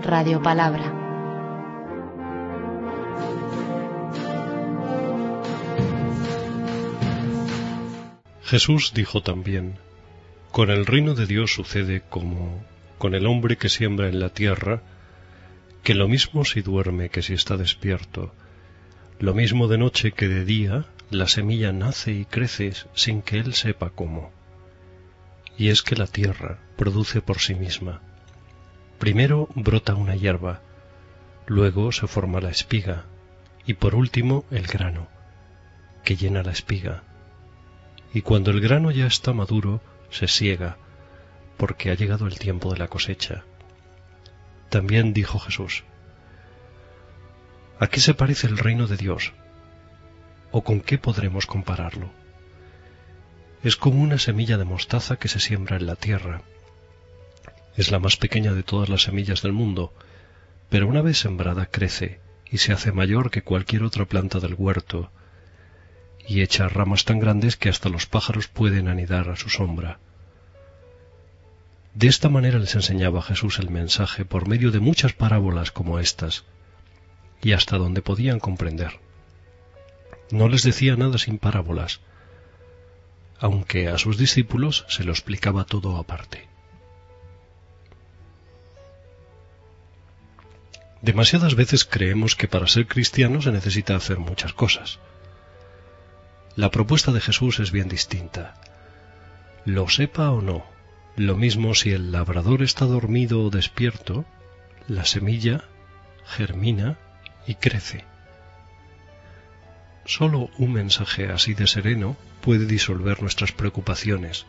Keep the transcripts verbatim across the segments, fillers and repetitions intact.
Radio Palabra. Jesús dijo también: con el reino de Dios sucede como con el hombre que siembra en la tierra, que lo mismo si duerme que si está despierto, lo mismo de noche que de día, la semilla nace y crece sin que él sepa cómo. Y es que la tierra produce por sí misma. Primero brota una hierba, luego se forma la espiga, y por último el grano, que llena la espiga. Y cuando el grano ya está maduro, se siega, porque ha llegado el tiempo de la cosecha. También dijo Jesús: ¿a qué se parece el reino de Dios? ¿O con qué podremos compararlo? Es como una semilla de mostaza que se siembra en la tierra. Es la más pequeña de todas las semillas del mundo, pero una vez sembrada crece y se hace mayor que cualquier otra planta del huerto, y echa ramas tan grandes que hasta los pájaros pueden anidar a su sombra. De esta manera les enseñaba Jesús el mensaje por medio de muchas parábolas como estas, y hasta donde podían comprender. No les decía nada sin parábolas, aunque a sus discípulos se lo explicaba todo aparte. Demasiadas veces creemos que para ser cristiano se necesita hacer muchas cosas. La propuesta de Jesús es bien distinta. Lo sepa o no, lo mismo si el labrador está dormido o despierto, la semilla germina y crece. Solo un mensaje así de sereno puede disolver nuestras preocupaciones.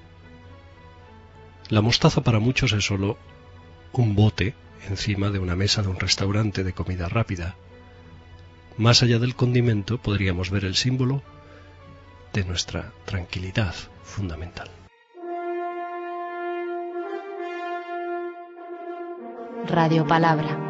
La mostaza para muchos es solo un bote encima de una mesa de un restaurante de comida rápida. Más allá del condimento podríamos ver el símbolo de nuestra tranquilidad fundamental. Radio Palabra.